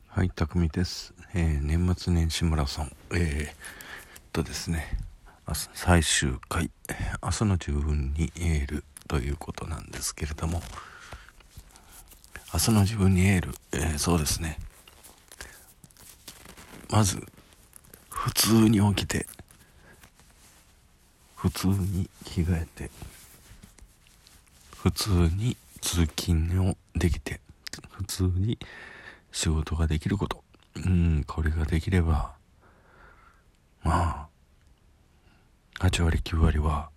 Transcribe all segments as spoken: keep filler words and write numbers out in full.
はい、たくみです。えー、年末年始マラソン、えー、っとですね、明日最終回、明日の自分にエールということなんですけれども、明日の自分にエール、えー、そうですね、まず、普通に起きて、普通に着替えて、普通に通勤をできて、普通に仕事ができること、うん、これができれば、まあ、はち割きゅう割は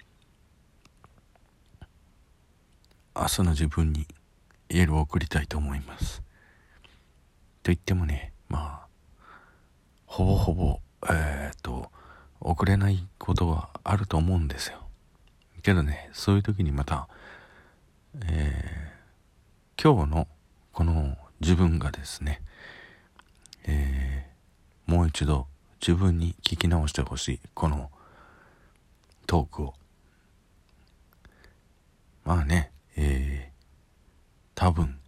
明日の自分にエールを送りたいと思います。と言ってもね、まあほぼほぼえー、っと送れないことはあると思うんですよ。けどね、そういう時にまた、えー、今日のこの自分がですね、えー、もう一度自分に聞き直してほしいこのトークを。まあね、えー、多分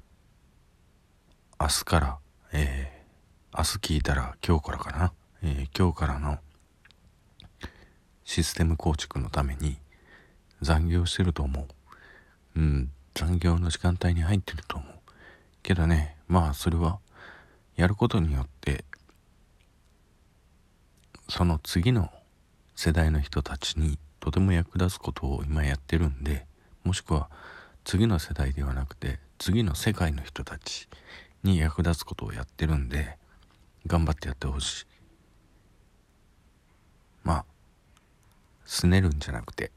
明日から、えー、明日聞いたら今日からかな、えー、今日からのシステム構築のために残業してると思う。うん、残業の時間帯に入ってると思う。けどね、まあそれはやることによってその次の世代の人たちにとても役立つことを今やってるんで、もしくは次の世代ではなくて次の世界の人たちに役立つことをやってるんで、頑張ってやってほしい。まあすねるんじゃなくて、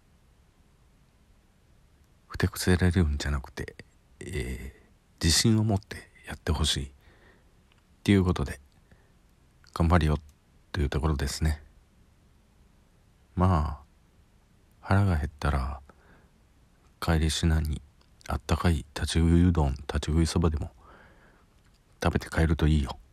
ふてくせられるんじゃなくて、えー、自信を持ってやってほしいっていうことで、頑張るよというところですね。まあ腹が減ったら帰りしなにあったかい立ち食いうどん、立ち食いそばでも食べて帰るといいよ。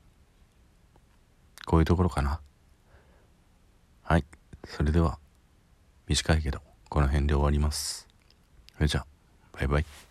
こういうところかな。はい、それでは短いけどこの辺で終わります。それじゃあバイバイ。